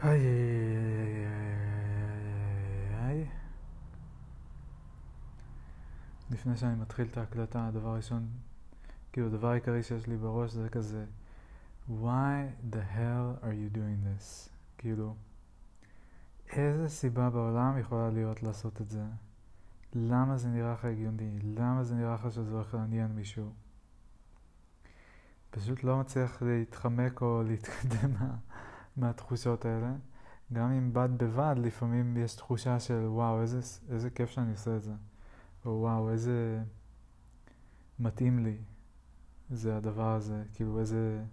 היי, היי, היי, היי. לפני שאני מתחיל את ההקלטה, הדבר הראשון, כאילו הדבר העיקרי שיש לי בראש זה כזה Why the hell are you doing this? כאילו, איזה סיבה בעולם יכולה להיות לעשות את זה? למה זה נראה לך הגיוני? למה זה נראה לך שזה הולך לעניין מישהו? פשוט לא מצליח להתחמק או להתקדם מהתחושות האלה. גם אם בד בבד לפעמים יש תחושה של וואו, איזה כיף שאני עושה את זה. או וואו, איזה מתאים לי זה הדבר הזה, כאילו איזה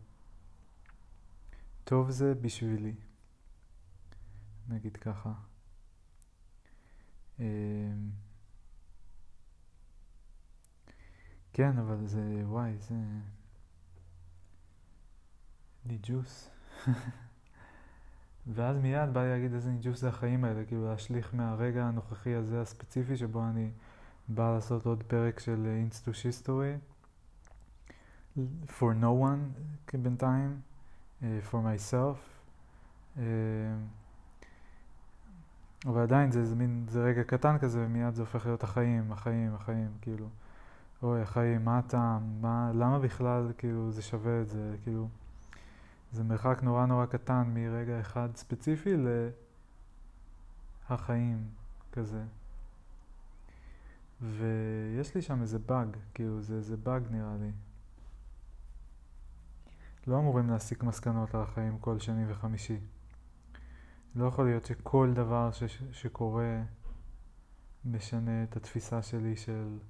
טוב זה בשבילי, נגיד ככה. כן, אבל זה, וואי, זה ניג'וס. ואז מיד בא לי להגיד איזה ניג'וס זה החיים האלה, כאילו להשליך מהרגע הנוכחי הזה הספציפי שבו אני בא לעשות עוד פרק של אינסטוש היסטורי for no one בינתיים, for myself. אבל עדיין זה מין, זה רגע קטן כזה ומיד זה הופך להיות החיים, החיים, החיים, כאילו. אוי, החיים, מה הטעם? למה בכלל, כאילו, זה שווה את זה? כאילו, זה מרחק נורא נורא קטן מרגע אחד ספציפי להחיים, כזה. ויש לי שם איזה באג, כאילו, זה באג נראה לי. לא אמורים להסיק מסקנות על החיים כל שני וחמישי. לא יכול להיות שכל דבר שקורה משנה את התפיסה שלי של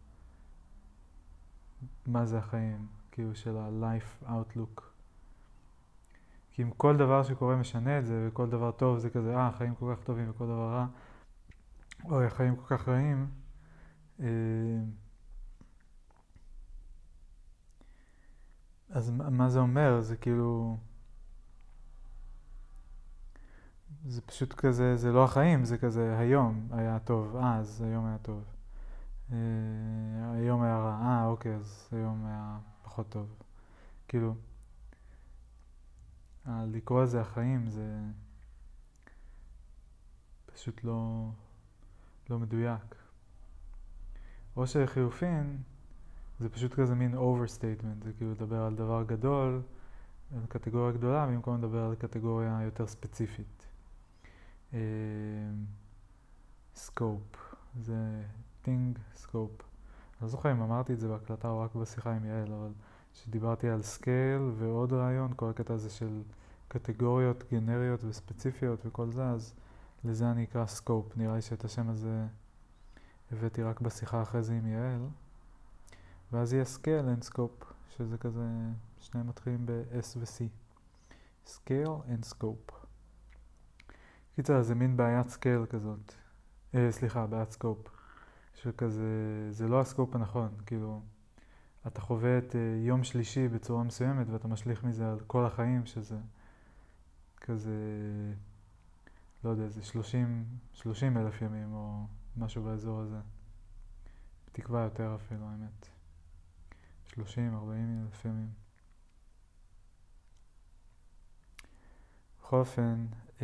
מה זה החיים, כאילו של ה-life outlook. כי אם כל דבר שקורה משנה את זה, וכל דבר טוב זה כזה, החיים כל כך טובים וכל דבר רע, אוי, החיים כל כך רעים, אז מה זה אומר? זה כאילו, זה פשוט כזה, זה לא החיים, זה כזה, היום היה טוב, אז היום היה טוב. היום היה רע, אוקיי, אז היום היה פחות טוב. כאילו, לקרוא לזה החיים זה פשוט לא מדויק. או שחילופין, זה פשוט כזה מין overstatement, זה כאילו לדבר על דבר גדול, על קטגוריה גדולה, במקום לדבר על קטגוריה יותר ספציפית. סקופ, זה thing scope. אני לא זוכר אם אמרתי את זה בהקלטה או רק בשיחה עם יעל, אבל שדיברתי על סקייל ועוד רעיון, כל הקטע הזה של קטגוריות גנריות וספציפיות וכל זה, אז לזה אני אקרא סקופ. נראה לי שאת השם הזה הבאתי רק בשיחה אחרי זה עם יעל. ואז יהיה scale and scope, שזה כזה, שניהם מתחילים ב-S ו-C. scale and scope. קיצר, זה מין בעיית scale כזאת. סליחה, בעיית scope. שכזה, זה לא הסקופ הנכון, כאילו, אתה חווה את יום שלישי בצורה מסוימת ואתה משליך מזה על כל החיים, שזה כזה, לא יודע, זה 30 אלף ימים או משהו באזור הזה. בתקווה יותר אפילו, האמת. 40 אלף ימים. בכל אופן,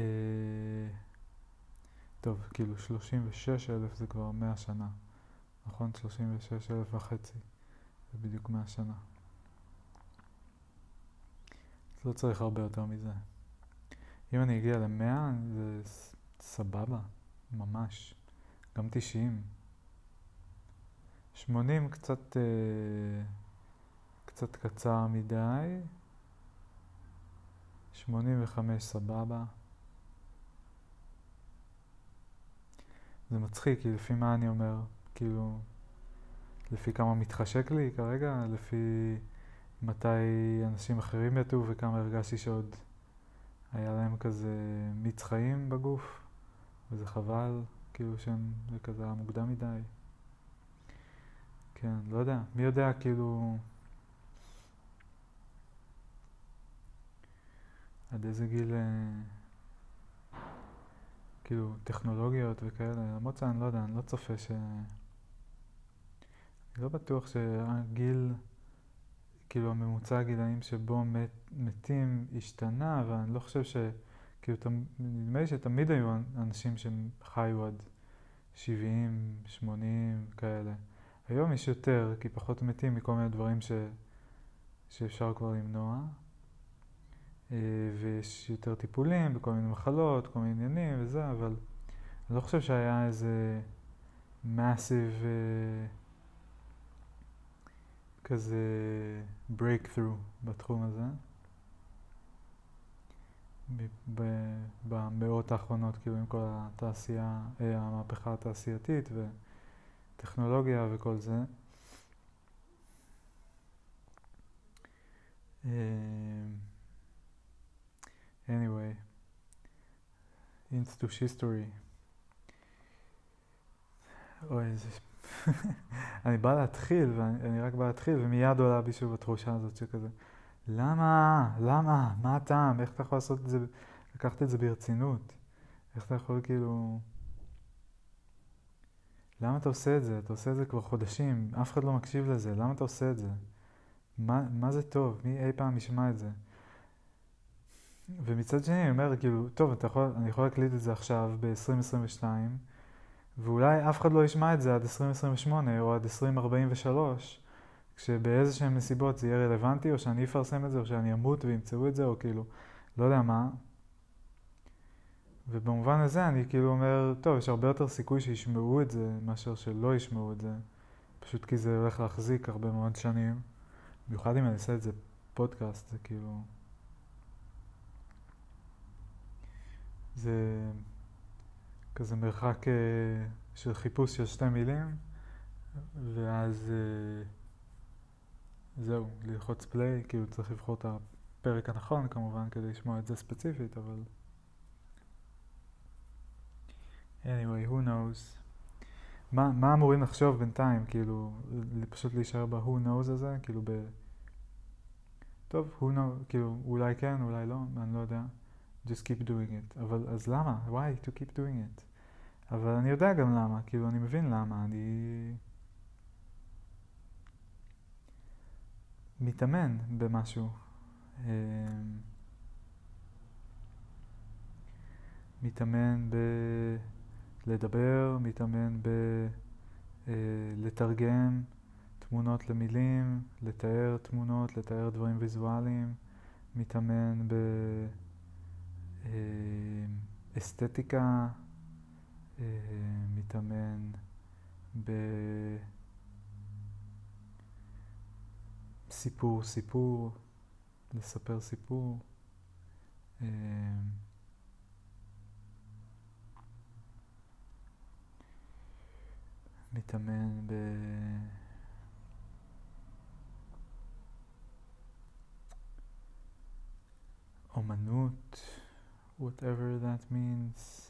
טוב, כאילו 36 אלף זה כבר 100 שנה. נכון? 36 אלף וחצי. זה בדיוק 100 שנה. אז לא צריך הרבה יותר מזה. אם אני אגיע ל-100, זה סבבה. ממש. גם 90. 80 קצת קצר מדי. 85 סבבה. זה מצחיק, כי לפי מה אני אומר, כאילו, לפי כמה מתחשק לי כרגע, לפי מתי אנשים אחרים יתו וכמה הרגשתי שעוד היה להם כזה מיץ חיים בגוף, וזה חבל, כאילו זה כזה מוקדם מדי. כן, לא יודע, מי יודע כאילו עד איזה גיל כאילו טכנולוגיות וכאלה, למרות שאני לא יודע, אני לא צופה אני לא בטוח שהגיל, כאילו הממוצע הגילאים שבו מתים השתנה, אבל אני לא חושב כאילו, נדמה לי שתמיד היו אנשים שחיו עד 70, 80, כאלה. היום יש יותר, כי פחות מתים מכל מיני דברים שאפשר כבר למנוע, ויש יותר טיפולים בכל מיני מחלות, כל מיני עניינים וזה, אבל אני לא חושב שהיה איזה massive כזה breakthrough בתחום הזה במאות האחרונות, כאילו עם כל התעשייה, המהפכה התעשייתית וטכנולוגיה וכל זה. Anyway, into history. אוי, איזה... אני בא להתחיל, ואני רק בא להתחיל, ומיד עולה בי שוב התחושה הזאת שכזה, למה? למה? מה הטעם? איך אתה יכול לעשות את זה, לקחת את זה ברצינות? איך אתה יכול כאילו... למה אתה עושה את זה? אתה עושה את זה כבר חודשים, אף אחד לא מקשיב לזה, למה אתה עושה את זה? מה זה טוב? מי אי פעם ישמע את זה? ומצד שני אני אומר, כאילו, טוב, אני יכול להקליט את זה עכשיו ב-2022, ואולי אף אחד לא ישמע את זה עד 2028 או עד 2043, כשבאיזה שהן נסיבות זה יהיה רלוונטי, או שאני אפרסם את זה, או שאני אמות וימצאו את זה, או כאילו, לא יודע מה. ובמובן הזה אני כאילו אומר, טוב, יש הרבה יותר סיכוי שישמעו את זה, מאשר שלא ישמעו את זה. פשוט כי זה הולך להחזיק הרבה מאוד שנים. במיוחד אם אני אעשה את זה פודקאסט, זה כאילו... זה כזה מרחק של חיפוש של 2 מילים, ואז זהו, ללחוץ פליי, כאילו צריך לבחור את הפרק הנכון כמובן כדי לשמוע את זה ספציפית, אבל... anyway, who knows? מה אמורים לחשוב בינתיים, כאילו, פשוט להישאר ב-who knows הזה, כאילו טוב, who knows, כאילו, אולי כן, אולי לא, אני לא יודע. just keep doing it. אבל אז למה? why to keep doing it? אבל אני יודע גם למה, כאילו, אני מבין למה, אני... מתאמן במשהו. מתאמן לדבר, מתאמן לתרגם תמונות למילים, לתאר תמונות, לתאר דברים ויזואליים, מתאמן באסתטיקה, מתאמן סיפור, לספר סיפור. מתאמן באומנות, whatever that means.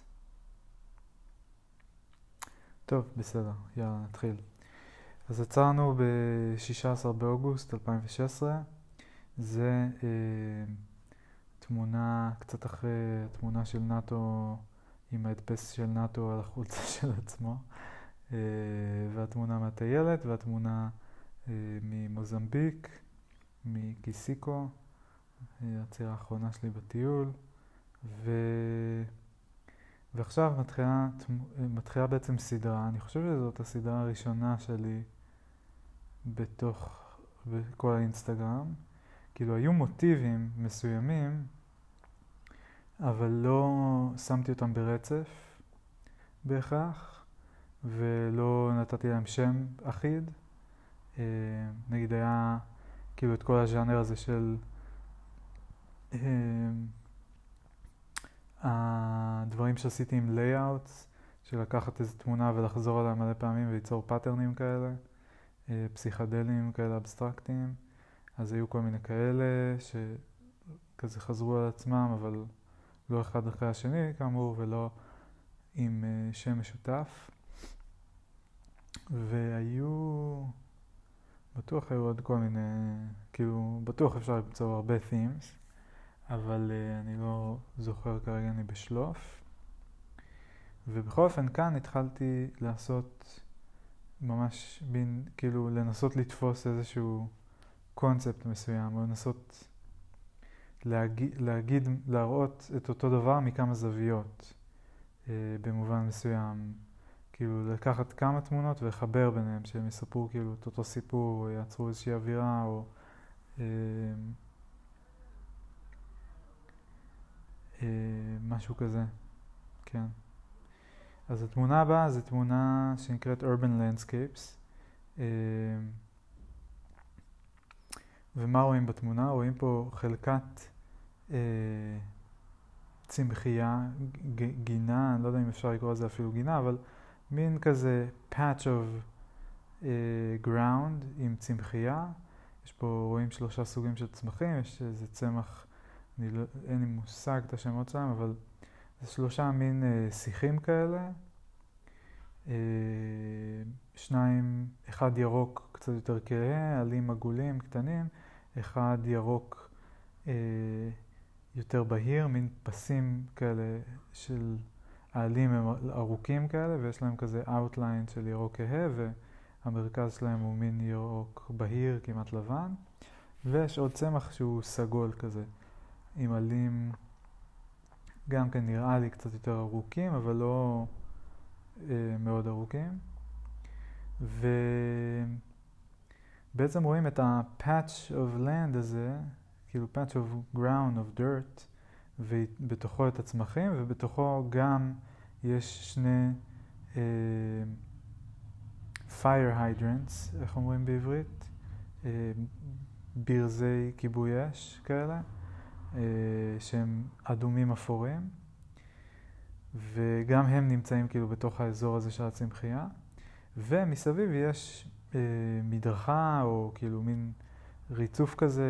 טוב, בסדר, יאללה, נתחיל. אז עצרנו ב-16 באוגוסט 2016. זה תמונה קצת אחרי תמונה של נאטו, עם ההדפס של נאטו על החולצה של עצמו. והתמונה מהטיילת, והתמונה ממוזמביק, מקיסיקו, הצירה האחרונה שלי בטיול. ועכשיו מתחילה בעצם סדרה, אני חושב שזאת הסדרה הראשונה שלי בכל האינסטגרם. כאילו היו מוטיבים מסוימים, אבל לא שמתי אותם ברצף בהכרח, ולא נתתי להם שם אחיד. נגיד היה כאילו את כל הז'אנר הזה של הדברים שעשיתי עם layouts, של לקחת איזו תמונה ולחזור עליה מלא פעמים וליצור פאטרנים כאלה, פסיכדלים כאלה אבסטרקטיים. אז היו כל מיני כאלה שכזה חזרו על עצמם, אבל לא אחד אחרי השני כאמור, ולא עם שם משותף. בטוח היו עוד כל מיני, כאילו בטוח אפשר למצוא הרבה themes, אבל אני לא זוכר כרגע, אני בשלוף. ובכל אופן כאן התחלתי לעשות ממש כאילו לנסות לתפוס איזשהו קונספט מסוים, או לנסות להראות את אותו דבר מכמה זוויות, במובן מסוים. כאילו לקחת כמה תמונות ולחבר ביניהם, שהם יספרו כאילו את אותו סיפור, או יעצרו איזושהי אווירה, או משהו כזה, כן. אז התמונה הבאה זו תמונה שנקראת Urban Landscapes. ומה רואים בתמונה? רואים פה חלקת צמחייה, גינה, אני לא יודע אם אפשר לקרוא לזה אפילו גינה, אבל מין כזה patch of ground עם צמחייה. יש פה, רואים 3 סוגים של צמחים, יש איזה צמח, אין לי מושג את השמות שלהם, אבל זה 3 מין שיחים כאלה. 2, אחד ירוק קצת יותר כהה, עלים עגולים קטנים, אחד ירוק יותר בהיר, מין פסים כאלה של העלים הם ארוכים כאלה, ויש להם כזה outline של ירוק כהה, והמרכז שלהם הוא מין ירוק בהיר, כמעט לבן. ויש עוד צמח שהוא סגול כזה, עם עלים גם כן נראה לי קצת יותר ארוכים, אבל לא מאוד ארוכים. ובעצם רואים את ה-patch of land הזה, כאילו patch of ground, of dirt, ובתוכו את הצמחים, ובתוכו גם יש 2 fire hydrants, איך אומרים בעברית? ברזי כיבוי אש כאלה, שהם אדומים אפורים, וגם הם נמצאים כאילו בתוך האזור הזה של הצמחייה, ומסביב יש מדרכה או כאילו מין ריצוף כזה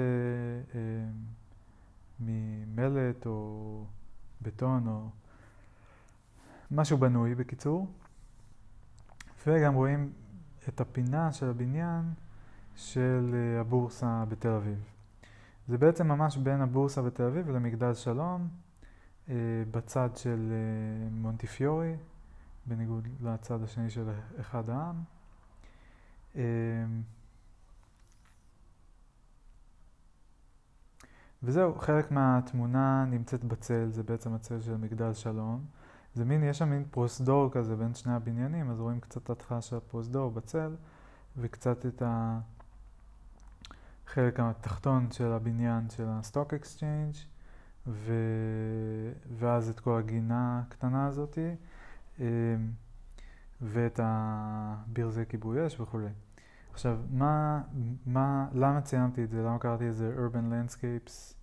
ממלט או בטון או משהו בנוי בקיצור. וגם רואים את הפינה של הבניין של הבורסה בתל אביב. זה בעצם ממש בין הבורסה בתל אביב למגדל שלום, בצד של מונטיפיורי, בניגוד לצד השני של אחד העם. וזהו, חלק מהתמונה נמצאת בצל, זה בעצם הצל של מגדל שלום. זה מין, יש שם מין פרוסדור כזה בין שני הבניינים, אז רואים קצת התחלה של הפרוסדור בצל, וקצת את החלק התחתון של הבניין של הסטוק אקסצ'יינג', ואז את כל הגינה הקטנה הזאת, ואת הברזי כיבוי אש וכו'. עכשיו, למה ציינתי את זה? למה קראתי את זה Urban Landscapes?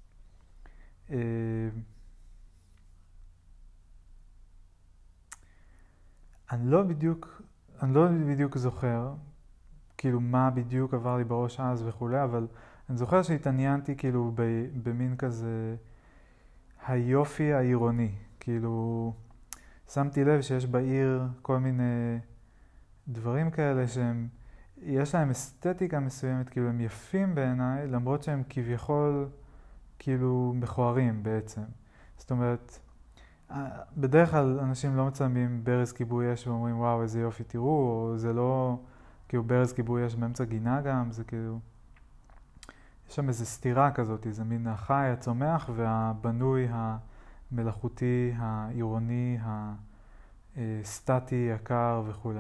אני לא בדיוק זוכר, כאילו מה בדיוק עבר לי בראש אז וכו', אבל אני זוכר שהתעניינתי כאילו במין כזה היופי העירוני. כאילו, שמתי לב שיש בעיר כל מיני דברים כאלה שהם, יש להם אסתטיקה מסוימת, כאילו הם יפים בעיניי, למרות שהם כביכול כאילו מכוערים בעצם. זאת אומרת, בדרך כלל אנשים לא מצלמים ברז כיבוי אש ואומרים וואו איזה יופי תראו, או זה לא כאילו ברז כיבוי אש באמצע גינה גם, זה כאילו, יש שם איזו סתירה כזאת, זה מין החי, הצומח והבנוי המלאכותי, העירוני, הסטטי, הקר וכו'.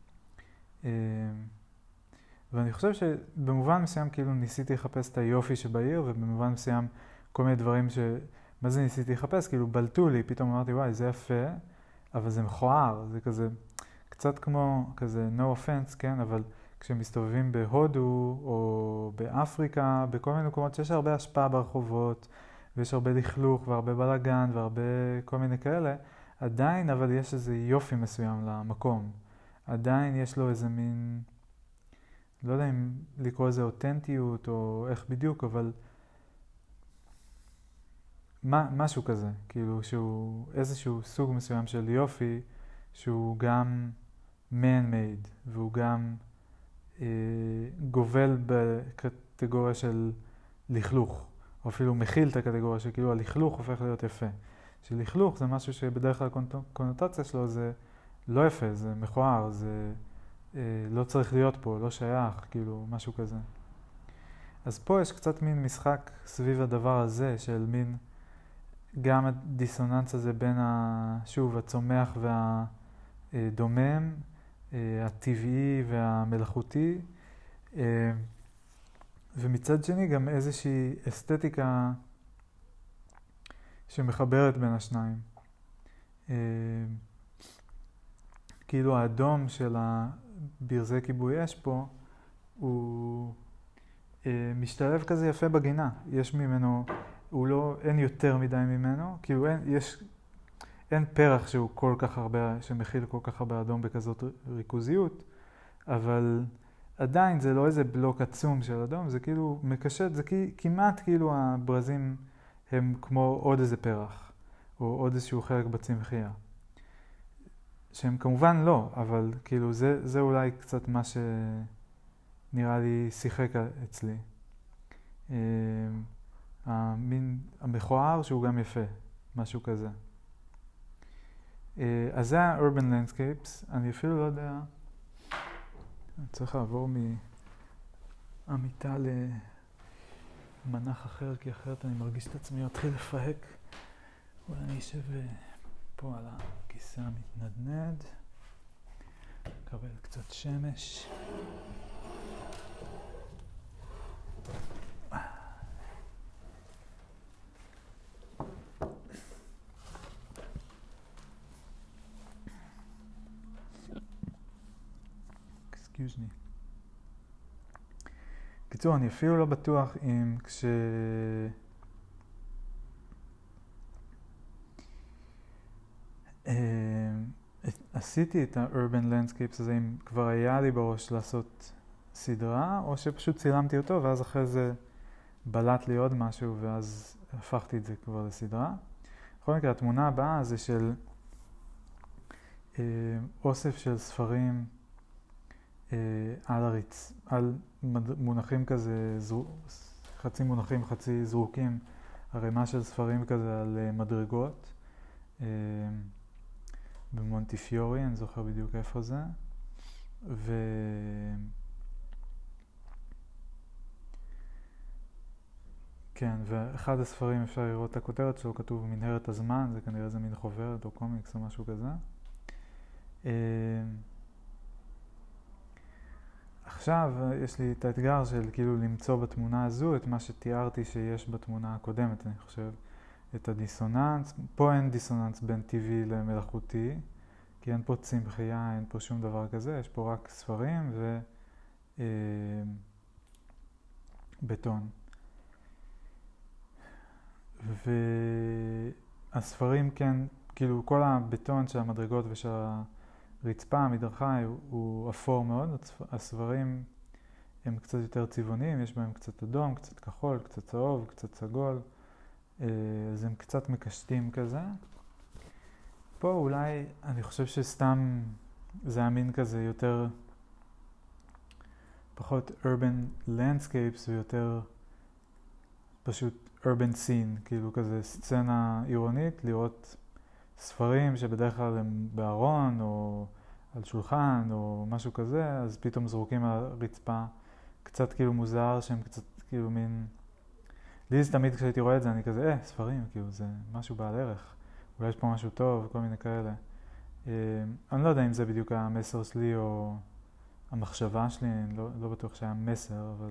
ואני חושב שבמובן מסוים כאילו ניסיתי לחפש את היופי שבעיר, ובמובן מסוים כל מיני דברים מה זה ניסיתי לחפש? כאילו בלטו לי, פתאום אמרתי וואי זה יפה, אבל זה מכוער, זה כזה קצת כמו כזה no offense, כן? אבל כשמסתובבים בהודו או באפריקה, בכל מיני מקומות שיש הרבה השפעה ברחובות, ויש הרבה לכלוך והרבה בלגן והרבה כל מיני כאלה, עדיין אבל יש איזה יופי מסוים למקום. עדיין יש לו איזה מין, לא יודע אם לקרוא איזה אותנטיות או איך בדיוק, אבל משהו כזה, כאילו שהוא איזשהו סוג מסוים של יופי, שהוא גם man-made, והוא גם גובל בקטגוריה של לכלוך, או אפילו מכיל את הקטגוריה שכאילו הלכלוך הופך להיות יפה. שלכלוך זה משהו שבדרך כלל הקונוטציה שלו זה לא יפה, זה מכוער, זה לא צריך להיות פה, לא שייך, כאילו משהו כזה. אז פה יש קצת מין משחק סביב הדבר הזה, של מין גם הדיסוננס הזה בין שוב הצומח והדומם, הטבעי והמלאכותי, ומצד שני גם איזושהי אסתטיקה שמחברת בין השניים. כאילו האדום של הברזי כיבוי אש פה הוא משתלב כזה יפה בגינה. יש ממנו, אין יותר מדי ממנו, כאילו אין פרח שהוא כל כך הרבה, שמכיל כל כך הרבה אדום בכזאת ריכוזיות, אבל עדיין זה לא איזה בלוק עצום של אדום, זה כאילו מקשט, זה כמעט כאילו הברזים הם כמו עוד איזה פרח, או עוד איזשהו חלק בצמחייה. שהם כמובן לא, אבל כאילו זה אולי קצת מה שנראה לי שיחק אצלי. המכוער שהוא גם יפה, משהו כזה. אז זה ה-Urban Landscapes, אני אפילו לא יודע, אני צריך לעבור מהמיטה למנח אחר, כי אחרת אני מרגיש את עצמי מתחיל לפהק. אולי אני אשב פה על הכיסא המתנדנד, נקבל קצת שמש. Excuse me. קיצור, אני אפילו לא בטוח אם עשיתי את ה-Urban Landscapes הזה, אם כבר היה לי בראש לעשות סדרה, או שפשוט צילמתי אותו, ואז אחרי זה בלט לי עוד משהו, ואז הפכתי את זה כבר לסדרה. בכל מקרה, התמונה הבאה זה של אוסף של ספרים על מונחים כזה, חצי מונחים, חצי זרוקים, ערימה של ספרים כזה על מדרגות. במונטיפיורי, אני זוכר בדיוק איפה זה. כן, ואחד הספרים אפשר לראות את הכותרת שלו, כתוב מנהרת הזמן, זה כנראה זה מין חוברת או קומיקס או משהו כזה. עכשיו יש לי את האתגר של כאילו למצוא בתמונה הזו את מה שתיארתי שיש בתמונה הקודמת, אני חושב. את הדיסוננס, פה אין דיסוננס בין טבעי למלאכותי, כי אין פה צמחייה, אין פה שום דבר כזה, יש פה רק ספרים ובטון. והספרים כן, כאילו כל הבטון של המדרגות ושל הרצפה, המדרכה, הוא אפור מאוד. הספרים הם קצת יותר צבעוניים, יש בהם קצת אדום, קצת כחול, קצת צהוב, קצת סגול. אז הם קצת מקשטים כזה. פה אולי, אני חושב שסתם זה המין כזה יותר, פחות urban landscapes ויותר פשוט urban scene, כאילו כזה סצנה עירונית, לראות ספרים שבדרך כלל הם בארון או על שולחן או משהו כזה, אז פתאום זרוקים על הרצפה, קצת כאילו מוזר שהם קצת כאילו מין, לי זה תמיד כשהייתי רואה את זה אני כזה, ספרים, כאילו זה משהו בעל ערך, אולי יש פה משהו טוב, כל מיני כאלה. אני לא יודע אם זה בדיוק המסר שלי או המחשבה שלי, אני לא בטוח שהיה מסר, אבל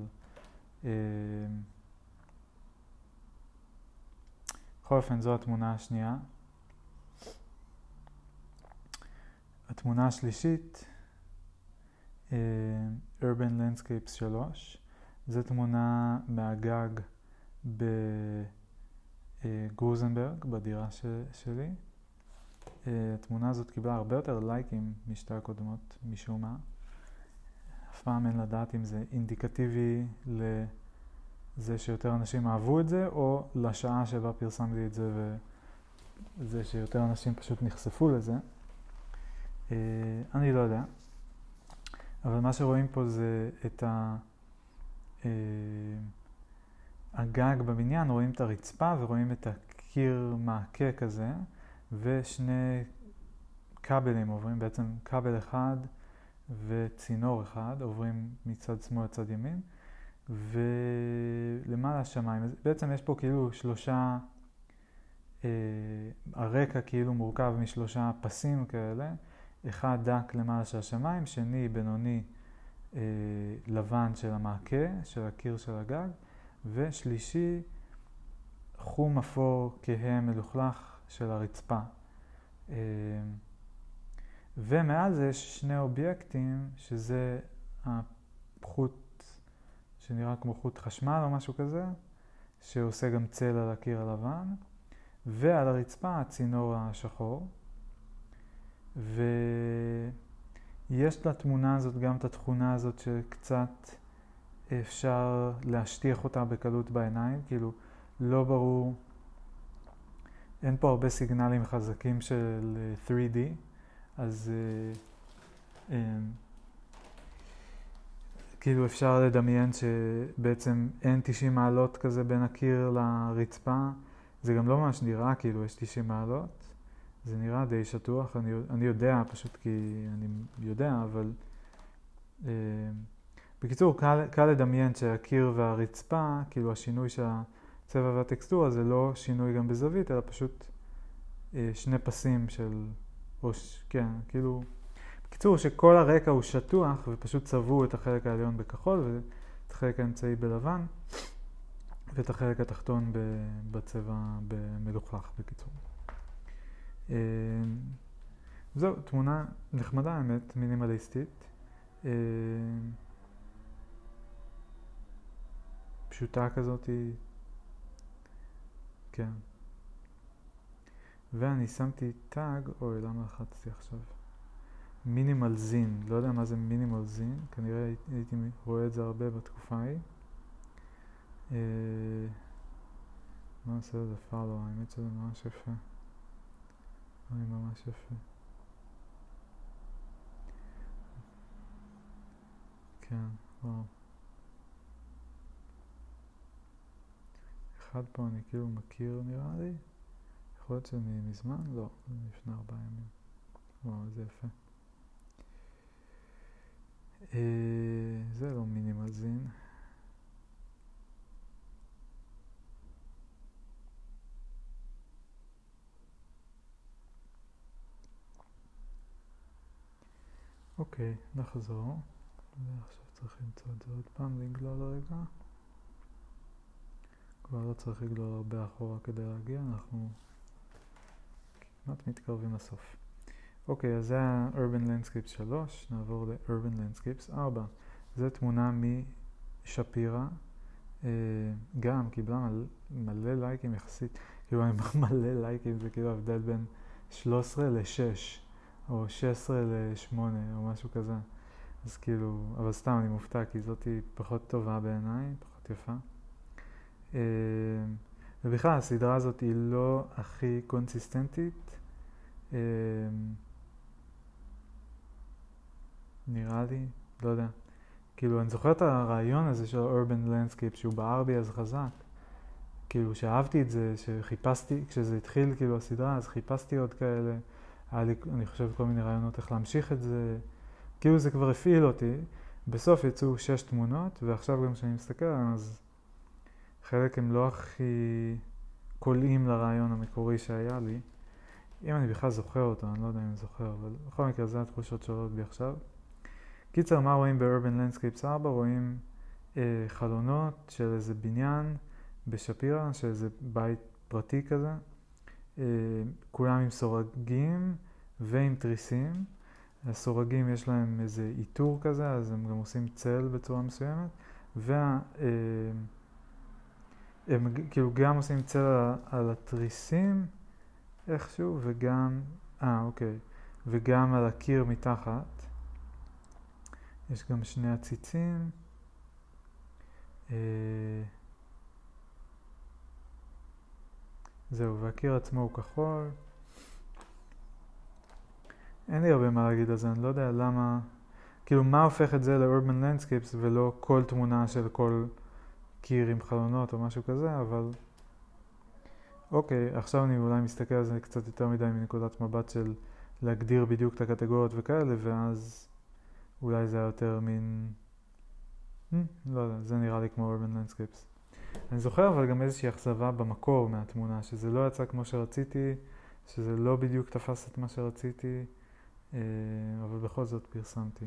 בכל אופן זו התמונה השנייה. התמונה השלישית, Urban Landscapes 3, זו תמונה מהגג בגרוזנברג, בדירה שלי. התמונה הזאת קיבלה הרבה יותר לייקים משתי הקודמות, משום מה. אף פעם אין לדעת אם זה אינדיקטיבי לזה שיותר אנשים אהבו את זה, או לשעה שבה פרסמתי את זה וזה שיותר אנשים פשוט נחשפו לזה. אני לא יודע. אבל מה שרואים פה זה את הגג בבניין, רואים את הרצפה ורואים את הקיר מעקה כזה, ושני כבלים עוברים, בעצם כבל אחד וצינור אחד עוברים מצד שמאל לצד ימין, ולמעלה השמיים. אז בעצם יש פה כאילו שלושה, הרקע כאילו מורכב משלושה פסים כאלה, אחד דק למעלה של השמיים, שני בינוני לבן של המעקה, של הקיר של הגג, ושלישי חום אפור כהה מלוכלך של הרצפה. ומעל זה יש שני אובייקטים, שזה החוט שנראה כמו חוט חשמל או משהו כזה, שעושה גם צל על הקיר הלבן, ועל הרצפה הצינור השחור. ויש לתמונה הזאת גם את התכונה הזאת שקצת אפשר להשטיח אותה בקלות בעיניים, כאילו לא ברור, אין פה הרבה סיגנלים חזקים של 3D, אז כאילו אפשר לדמיין שבעצם אין 90 מעלות כזה בין הקיר לרצפה, זה גם לא ממש נראה כאילו יש 90 מעלות, זה נראה די שטוח, אני יודע פשוט כי אני יודע, אבל בקיצור קל לדמיין שהקיר והרצפה, כאילו השינוי של הצבע והטקסטורה זה לא שינוי גם בזווית, אלא פשוט שני פסים של, כן, כאילו, בקיצור שכל הרקע הוא שטוח ופשוט צבעו את החלק העליון בכחול ואת החלק האמצעי בלבן ואת החלק התחתון בצבע במלוכלך בקיצור. זהו, תמונה נחמדה האמת, מינימליסטית. פשוטה כזאת, כן. ואני שמתי טאג, אוי, למה לחצתי עכשיו? מינימל זין, לא יודע מה זה מינימל זין, כנראה הייתי רואה את זה הרבה בתקופה ההיא. מה עושה לזה פאלו? האמת שזה ממש יפה. אוי, ממש יפה. כן, וואו. אחד פה אני כאילו מכיר נראה לי. יכול להיות שזה מזמן? לא, לפני 4 ימים. וואו, זה יפה. זה לא מינימל זין. אוקיי, נחזור. ועכשיו צריך למצוא את זה עוד פעם, לגלול רגע. כבר לא צריך לגלול הרבה אחורה כדי להגיע, אנחנו כמעט מתקרבים לסוף. אוקיי, אז זה ה-Urban Landscapes 3, נעבור ל-Urban Landscapes 4. זו תמונה משפירה, גם קיבלה מלא לייקים יחסית, כאילו אני מלא לייקים, זה כאילו הבדל בין 13 ל-6, או 16 ל-8, או משהו כזה. אז כאילו, אבל סתם אני מופתע, כי זאת היא פחות טובה בעיניי, פחות יפה. ובכלל, הסדרה הזאת היא לא הכי קונסיסטנטית. נראה לי, לא יודע. כאילו, אני זוכר את הרעיון הזה של Urban Landscape, שהוא בער בי אז חזק. כאילו, שאהבתי את זה, שחיפשתי, כשזה התחיל, כאילו, הסדרה, אז חיפשתי עוד כאלה. היה לי, אני חושב, כל מיני רעיונות איך להמשיך את זה. כאילו, זה כבר הפעיל אותי. בסוף יצאו 6 תמונות, ועכשיו גם כשאני מסתכל עליהם, אז חלק הם לא הכי קולעים לרעיון המקורי שהיה לי. אם אני בכלל זוכר אותו, אני לא יודע אם אני זוכר, אבל בכל מקרה זה התחושות שעולות בי עכשיו. קיצר, מה רואים ב-Urban Landscapes 4? רואים חלונות של איזה בניין בשפירה, של איזה בית פרטי כזה. כולם עם סורגים ועם תריסים. הסורגים יש להם איזה איתור כזה, אז הם גם עושים צל בצורה מסוימת. הם כאילו גם עושים צל על התריסים איכשהו, וגם, אוקיי, וגם על הקיר מתחת. יש גם 2 עציצים. זהו, והקיר עצמו הוא כחול. אין לי הרבה מה להגיד על זה, אני לא יודע למה, כאילו מה הופך את זה ל-Urban Landscapes ולא כל תמונה של כל קיר עם חלונות או משהו כזה, אבל אוקיי, עכשיו אני אולי מסתכל על זה קצת יותר מדי מנקודת מבט של להגדיר בדיוק את הקטגוריות וכאלה, ואז אולי זה יותר מין לא יודע, זה נראה לי כמו urban landscapes. אני זוכר אבל גם איזושהי אכזבה במקור מהתמונה, שזה לא יצא כמו שרציתי, שזה לא בדיוק תפס את מה שרציתי, אבל בכל זאת פרסמתי.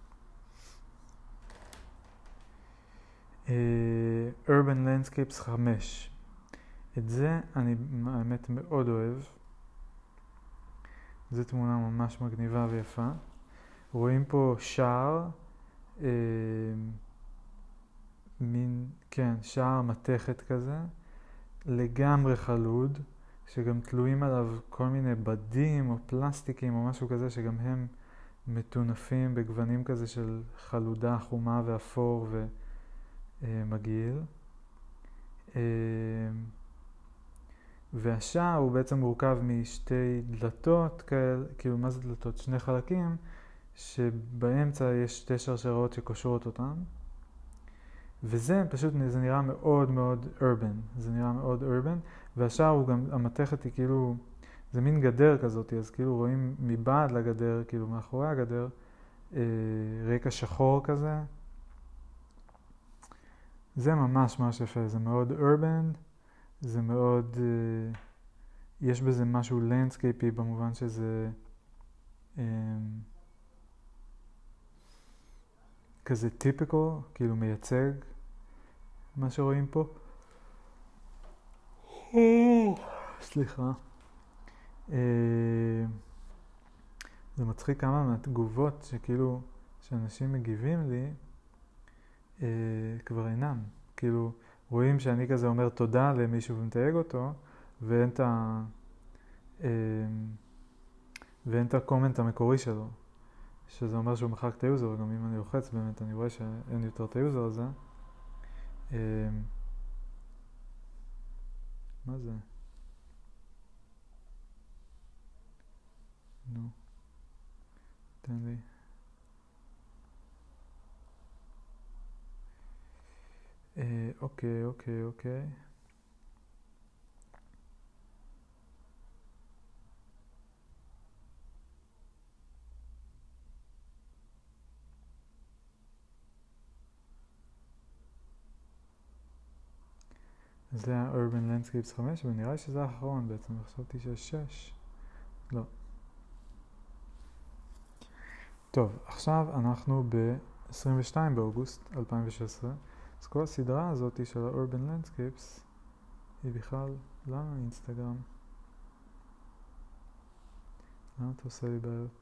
urban landscapes 5. את זה אני האמת מאוד אוהב. זו תמונה ממש מגניבה ויפה. רואים פה שער, שער מתכת כזה, לגמרי חלוד, שגם תלויים עליו כל מיני בדים או פלסטיקים או משהו כזה, שגם הם מטונפים בגוונים כזה של חלודה, חומה ואפור ומגעיל. והשער הוא בעצם מורכב משתי דלתות כאלה, כאילו מה זה דלתות? שני חלקים, שבאמצע יש שתי שרשרות שקושרות אותן. וזה פשוט, זה נראה מאוד מאוד urban, זה נראה מאוד urban, והשער הוא גם, המתכת היא כאילו, זה מין גדר כזאת, אז כאילו רואים מבעד לגדר, כאילו מאחורי הגדר, רקע שחור כזה. זה ממש ממש יפה, זה מאוד urban, זה מאוד, יש בזה משהו landscape במובן שזה כזה typical, כאילו מייצג מה שרואים פה. סליחה. זה מצחיק כמה מהתגובות שכאילו, שאנשים מגיבים לי, כבר אינם. כאילו, רואים שאני כזה אומר תודה למישהו ומתייג אותו, ואין את הקומנט המקורי שלו. שזה אומר שהוא מחק את היוזר, גם אם אני לוחץ באמת אני רואה שאין יותר את היוזר הזה. מה זה? נו, תן לי. אוקיי. זה ה-urban landscapes 5, ונראה לי שזה האחרון בעצם, חשבתי שיש 6. לא. טוב, עכשיו אנחנו ב-22 באוגוסט 2016, אז כל הסדרה הזאת של ה-urban landscapes היא בכלל, למה אינסטגרם? למה אתה עושה לי בעיות?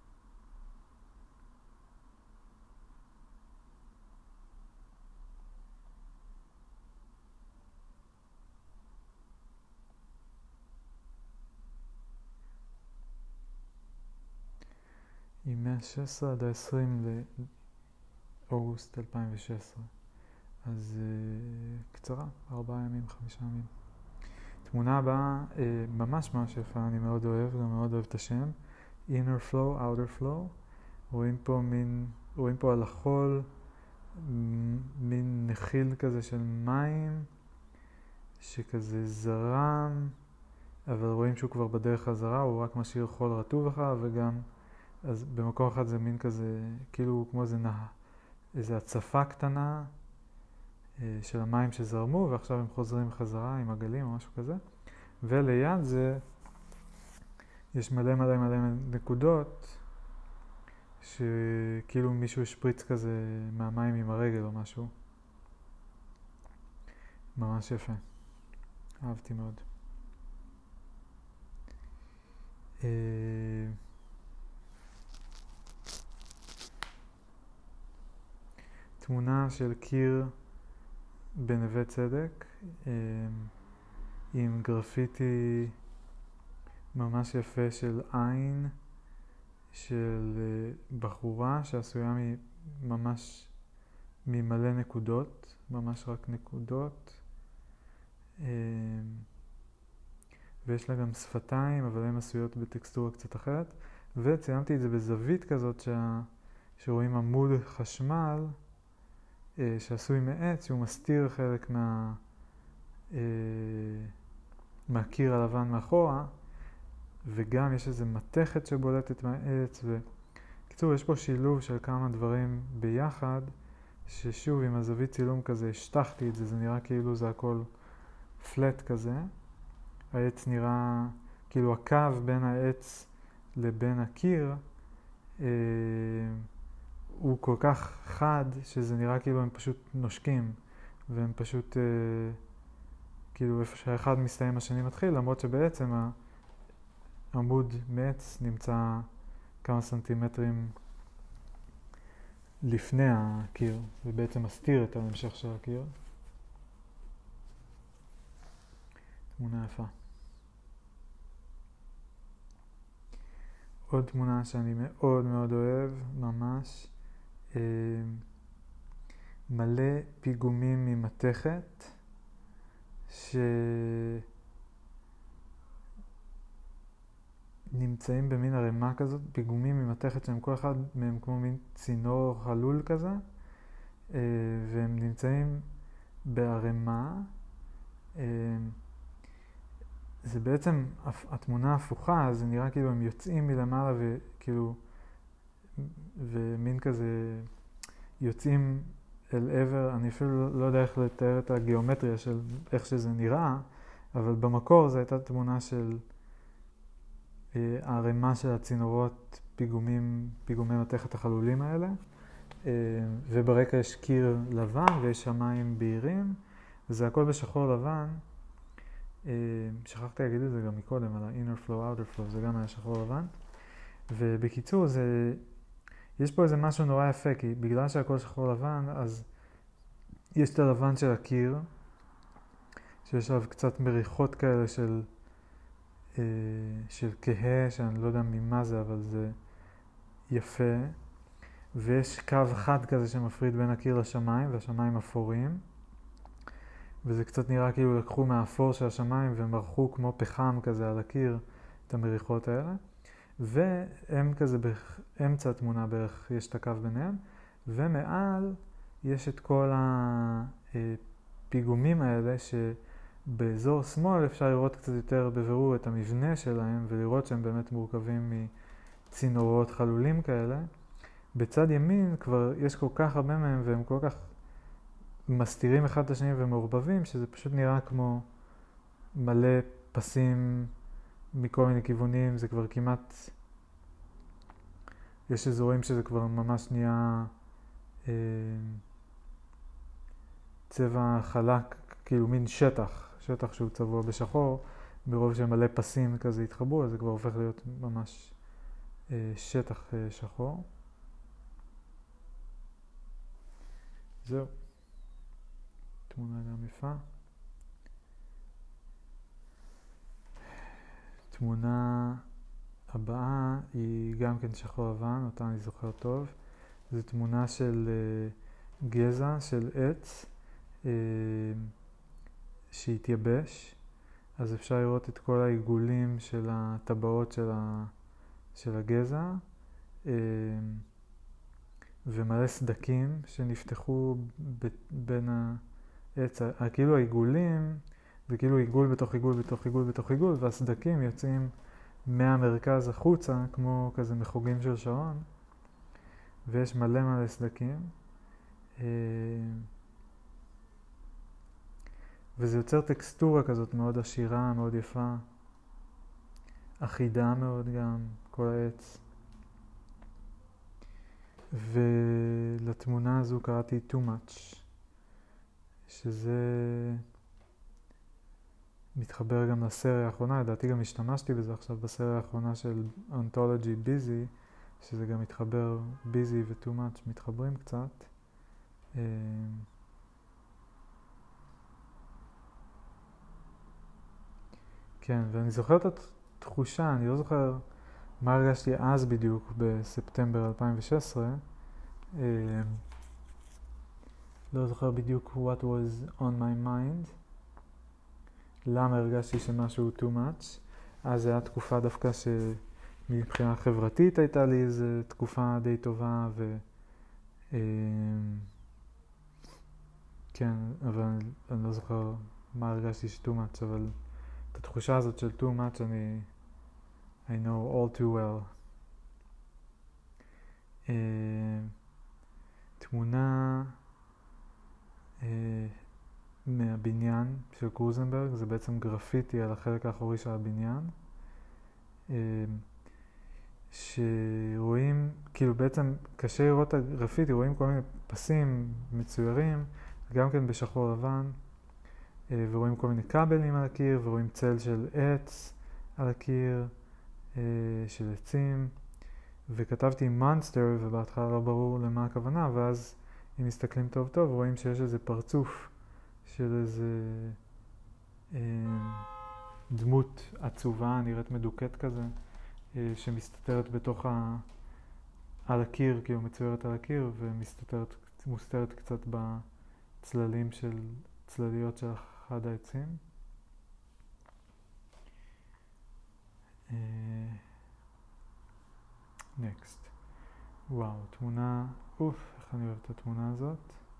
היא מה-16 עד ה-20 לאוגוסט 2016. אז קצרה, 4 ימים, 5 ימים. תמונה הבאה ממש ממש יפה, אני מאוד אוהב, גם מאוד אוהב את השם. Inner flow, outer flow. רואים פה על החול, מין נחיל כזה של מים, שכזה זרם, אבל רואים שהוא כבר בדרך חזרה, הוא רק משאיר חול רטוב אחריו, וגם, אז במקום אחד זה מין כזה, כאילו כמו איזה הצפה קטנה של המים שזרמו, ועכשיו הם חוזרים חזרה עם הגלים או משהו כזה. וליד זה יש מלא נקודות, שכאילו מישהו השפריץ כזה מהמים עם הרגל או משהו. ממש יפה. אהבתי מאוד. תמונה של קיר בנווה צדק עם גרפיטי ממש יפה של עין של בחורה שעשויה ממש ממלא נקודות, ממש רק נקודות, ויש לה גם שפתיים, אבל הן עשויות בטקסטורה קצת אחרת, וציימתי את זה בזווית כזאת שרואים עמוד חשמל שעשוי מעץ, שהוא מסתיר חלק מהקיר הלבן מאחורה, וגם יש איזו מתכת שבולטת מהעץ, וקיצור יש פה שילוב של כמה דברים ביחד ששוב עם הזווית צילום כזה השטחתי את זה, זה נראה כאילו זה הכל פלט כזה. העץ נראה, כאילו הקו בין העץ לבין הקיר הוא כל כך חד שזה נראה כאילו הם פשוט נושקים והם פשוט כאילו איפה שהאחד מסתיים השני מתחיל, למרות שבעצם העמוד מעץ נמצא כמה סנטימטרים לפני הקיר ובעצם מסתיר את ההמשך של הקיר. תמונה יפה. עוד תמונה שאני מאוד מאוד אוהב, ממש. מלא פיגומים ממתכת שנמצאים במין ערימה כזאת, פיגומים ממתכת שהם כל אחד מהם כמו מין צינור חלול כזה, והם נמצאים בערימה. זה בעצם התמונה הפוכה, זה נראה כאילו הם יוצאים מלמעלה וכאילו ומין כזה יוצאים אל עבר, אני אפילו לא יודע איך לתאר את הגיאומטריה של איך שזה נראה, אבל במקור זו הייתה תמונה של הערימה של הצינורות פיגומי מתכת החלולים האלה, וברקע יש קיר לבן ויש שמיים בהירים, וזה הכל בשחור לבן. שכחתי להגיד את זה גם מקודם על ה-inner flow, outer flow, זה גם היה שחור לבן. ובקיצור, יש פה איזה משהו נורא יפה, כי בגלל שהכל שחור לבן, אז יש את הלבן של הקיר, שיש עליו קצת מריחות כאלה של כהה, שאני לא יודע ממה זה, אבל זה יפה. ויש קו חד כזה שמפריד בין הקיר לשמיים, והשמיים אפורים. וזה קצת נראה כאילו לקחו מהאפור של השמיים ומרחו כמו פחם כזה על הקיר את המריחות האלה. והם כזה באמצע התמונה בערך יש את הקו ביניהם, ומעל יש את כל הפיגומים האלה שבאזור שמאל אפשר לראות קצת יותר בבירור את המבנה שלהם ולראות שהם באמת מורכבים מצינורות חלולים כאלה. בצד ימין כבר יש כל כך הרבה מהם והם כל כך מסתירים אחד את השני ומעורבבים, שזה פשוט נראה כמו מלא פסים מכל מיני כיוונים. זה כבר כמעט, יש אזורים שזה כבר ממש נהיה צבע חלק, כאילו מין שטח שהוא צבוע בשחור, ברוב שמלא פסים כזה התחברו, אז זה כבר הופך להיות ממש שטח שחור. זהו. תמונה גם יפה. תמונה הבאה היא גם כן שחור לבן, אותה אני זוכר טוב. זו תמונה של גזע, של עץ שהתייבש. אז אפשר לראות את כל העיגולים של הטבעות של הגזע. ומלא סדקים שנפתחו בין העץ. כאילו העיגולים זה כאילו עיגול בתוך עיגול בתוך עיגול בתוך עיגול, והסדקים יוצאים מהמרכז החוצה כמו כזה מחוגים של שעון, ויש מלא סדקים. וזה יוצר טקסטורה כזאת מאוד עשירה, מאוד יפה, אחידה מאוד גם, כל העץ. ולתמונה הזו קראתי too much, שזה מתחבר גם לסריה האחרונה, לדעתי גם השתמשתי בזה עכשיו בסריה האחרונה של Ontology Busy, שזה גם מתחבר, Busy ו-too much מתחברים קצת. כן, ואני זוכר את התחושה, אני לא זוכר מה הרגשתי אז בדיוק בספטמבר 2016. לא זוכר בדיוק what was on my mind. למה הרגשתי שמשהו too much. אז זו הייתה תקופה דווקא שמבחינה חברתית הייתה לי איזו תקופה די טובה. כן, אבל אני לא זוכר מה הרגשתי ש too much, אבל את התחושה הזאת של too much I know all too well. תמונה מהבניין של קרוזנברג, זה בעצם גרפיטי על החלק האחורי של הבניין, שרואים, כאילו בעצם קשה לראות את הגרפיטי, רואים כל מיני פסים מצוירים, גם כן בשחור לבן, ורואים כל מיני כבלים על הקיר, ורואים צל של עץ על הקיר, של עצים, וכתבתי מונסטר, ובהתחלה לא ברור למה הכוונה, ואז אם מסתכלים טוב טוב, רואים שיש איזה פרצוף של איזה דמות עצובה, נראית מדוכאת כזה, שמסתתרת בתוך על הקיר, כאילו מצוירת על הקיר, ומוסתרת קצת בצללים של צלליות של אחד העצים. Next. וואו, תמונה, איך אני אוהב את התמונה הזאת.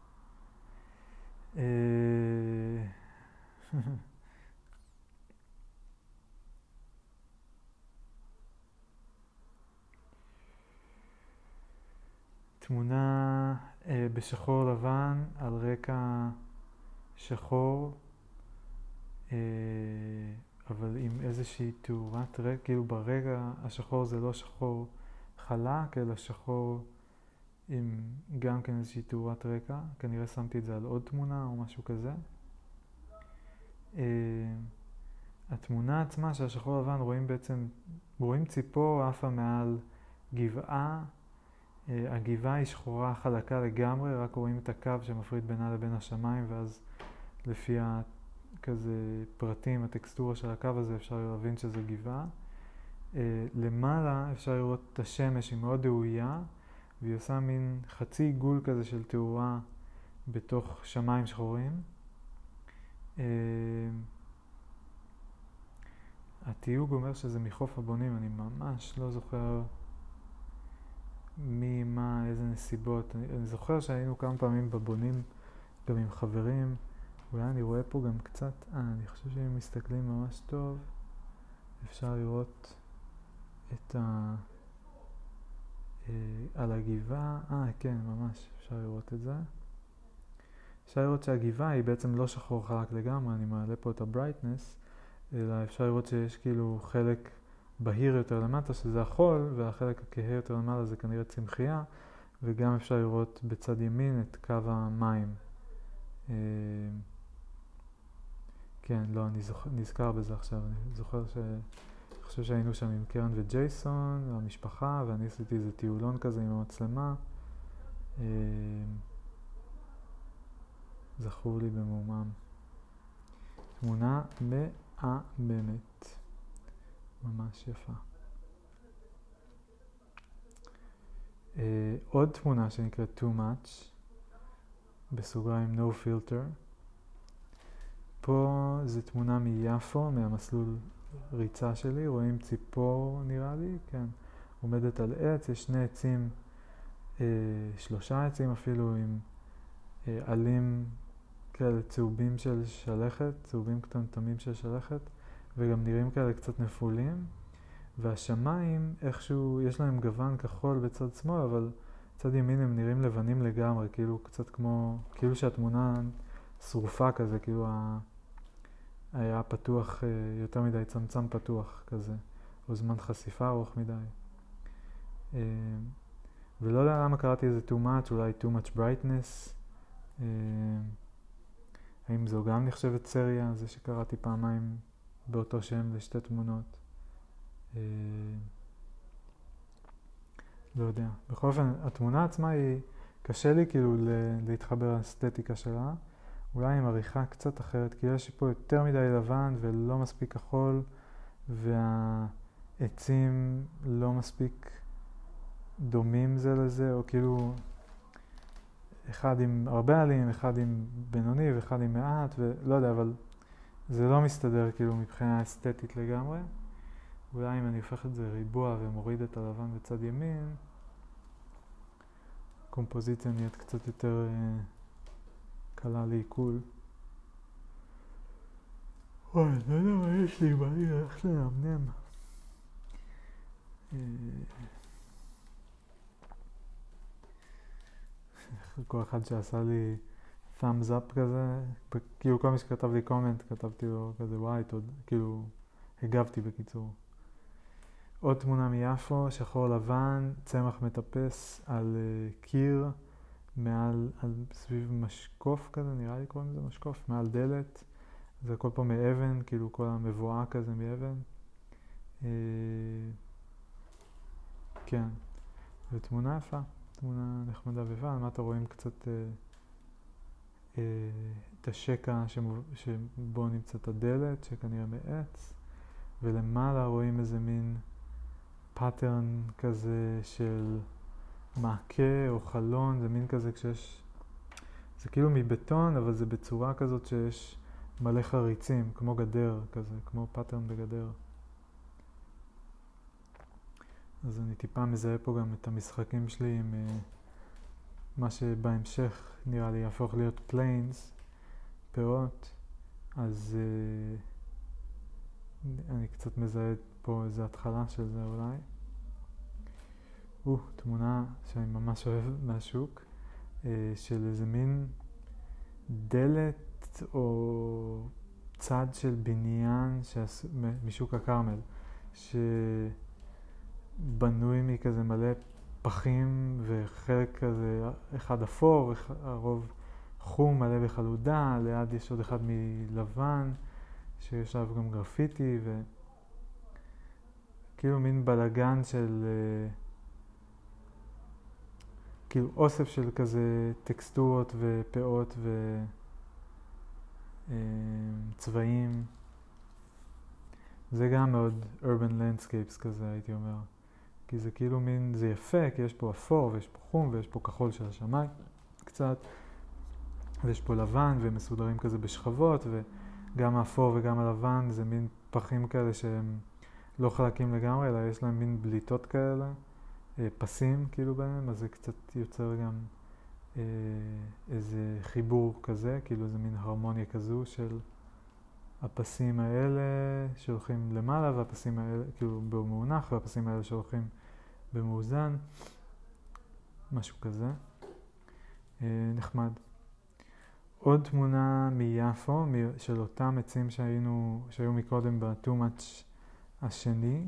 תמונה בשחור לבן על רקע שחור, אבל עם איזושהי תאורת רקע, כאילו ברגע השחור זה לא שחור חלק, אלא שחור עם גם כן איזושהי תאורת רקע. כנראה שמתי את זה על עוד תמונה או משהו כזה. התמונה עצמה של השחור לבן רואים ציפור עפה מעל גבעה. הגבעה היא שחורה חלקה לגמרי, רק רואים את הקו שמפריד בינה לבין השמיים, ואז לפי כזה פרטים, הטקסטורה של הקו הזה, אפשר להבין שזה גבעה. למעלה אפשר לראות את השמש, היא מאוד דהויה, והיא עושה מין חצי עיגול כזה של תאורה בתוך שמיים שחורים. התיוג אומר שזה מחוף הבונים, אני ממש לא זוכר מי, מה, איזה נסיבות. אני זוכר שהיינו כמה פעמים בבונים גם עם חברים. אולי אני רואה פה גם קצת, אני חושב שאם מסתכלים ממש טוב, אפשר לראות את על הגבעה, כן, ממש אפשר לראות את זה. אפשר לראות שהגבעה היא בעצם לא שחור חלק לגמרי, אני מעלה פה את הברייטנס, אלא אפשר לראות שיש כאילו חלק בהיר יותר למטה, שזה החול, והחלק הכהה יותר למעלה זה כנראה צמחייה, וגם אפשר לראות בצד ימין את קו המים. כן, לא, אני נזכר בזה עכשיו, אני זוכר אני חושב שהיינו שם עם קרן וג'ייסון, והמשפחה, ואני עשיתי איזה טיולון כזה עם המצלמה. זכור לי במומם. תמונה מהממת. ממש יפה. עוד תמונה שנקראת Too Much, בסוגריים No Filter. פה זו תמונה מיפו, מהמסלול ריצה שלי, רואים ציפור נראה לי, כן, עומדת על עץ, יש שני עצים, 3 עצים אפילו עם עלים כאלה צהובים של שלכת, צהובים קטנטמים של שלכת, וגם נראים כאלה קצת נפולים, והשמיים איכשהו יש להם גוון כחול בצד שמאל, אבל בצד ימין הם נראים לבנים לגמרי, כאילו קצת כמו, כאילו שהתמונה שרופה כזה, כאילו היה פתוח יותר מדי, צמצם פתוח כזה, או זמן חשיפה ארוך מדי. ולא יודע למה קראתי איזה too much, אולי too much brightness. האם זו גם נחשבת סריה, זה שקראתי פעמיים באותו שם לשתי תמונות. לא יודע. בכל אופן, התמונה עצמה היא, קשה לי כאילו להתחבר לאסתטיקה שלה. אולי עם עריכה קצת אחרת, כי יש פה יותר מדי לבן ולא מספיק כחול, והעצים לא מספיק דומים זה לזה, או כאילו אחד עם הרבה עלים, אחד עם בינוני ואחד עם מעט, ולא יודע, אבל זה לא מסתדר כאילו מבחינה אסתטית לגמרי. אולי אם אני הופך את זה ריבוע ומוריד את הלבן בצד ימין, הקומפוזיציה נהיית קצת יותר קלה לעיכול. וואי, לא יודע מה יש לי, בא לי ללכת לנמנם. כל אחד שעשה לי thumbs up כזה, כאילו כל מי שכתב לי קומנט, כתבתי לו כזה וואי, כאילו הגבתי בקיצור. עוד תמונה מיפו, שחור לבן, צמח מטפס על קיר, סביב משקוף כזה, נראה לי קוראים לזה משקוף, מעל דלת. זה הכל פה מאבן, כאילו כל המבואה כזה מאבן. כן, ותמונה יפה, תמונה נחמדה ויפה, מה אתה רואים קצת את השקע שבו נמצאת הדלת, שכנראה מעץ, ולמעלה רואים איזה מין פאטרן כזה של מעקה או חלון, זה מין כזה כשיש, זה כאילו מבטון, אבל זה בצורה כזאת שיש מלא חריצים, כמו גדר כזה, כמו פאטרן בגדר. אז אני טיפה מזהה פה גם את המשחקים שלי עם מה שבהמשך נראה לי יהפוך להיות פליינס, פירות, אז אני קצת מזהה פה איזו התחלה של זה אולי. תמונה שאני ממש אוהב מהשוק, של איזה מין דלת או צד של בניין משוק הכרמל, שבנוי מכזה מלא פחים וחלק כזה, אחד אפור, הרוב חום מלא בחלודה, ליד יש עוד אחד מלבן, שיש עליו גם גרפיטי, וכאילו מין בלגן של כאילו אוסף של כזה טקסטורות ופאות וצבעים. זה גם מאוד urban landscapes כזה הייתי אומר. כי זה כאילו מין, זה יפה, כי יש פה אפור ויש פה חום ויש פה כחול של השמיים קצת. ויש פה לבן ומסודרים כזה בשכבות, וגם האפור וגם הלבן זה מין פחים כאלה שהם לא חלקים לגמרי, אלא יש להם מין בליטות כאלה. פסים כאילו בהם, אז זה קצת יוצר גם איזה חיבור כזה, כאילו איזה מין הרמוניה כזו של הפסים האלה שהולכים למעלה והפסים האלה כאילו במאונח והפסים האלה שהולכים במאוזן, משהו כזה. נחמד. עוד תמונה מיפו, של אותם עצים שהיו מקודם ב-too much השני.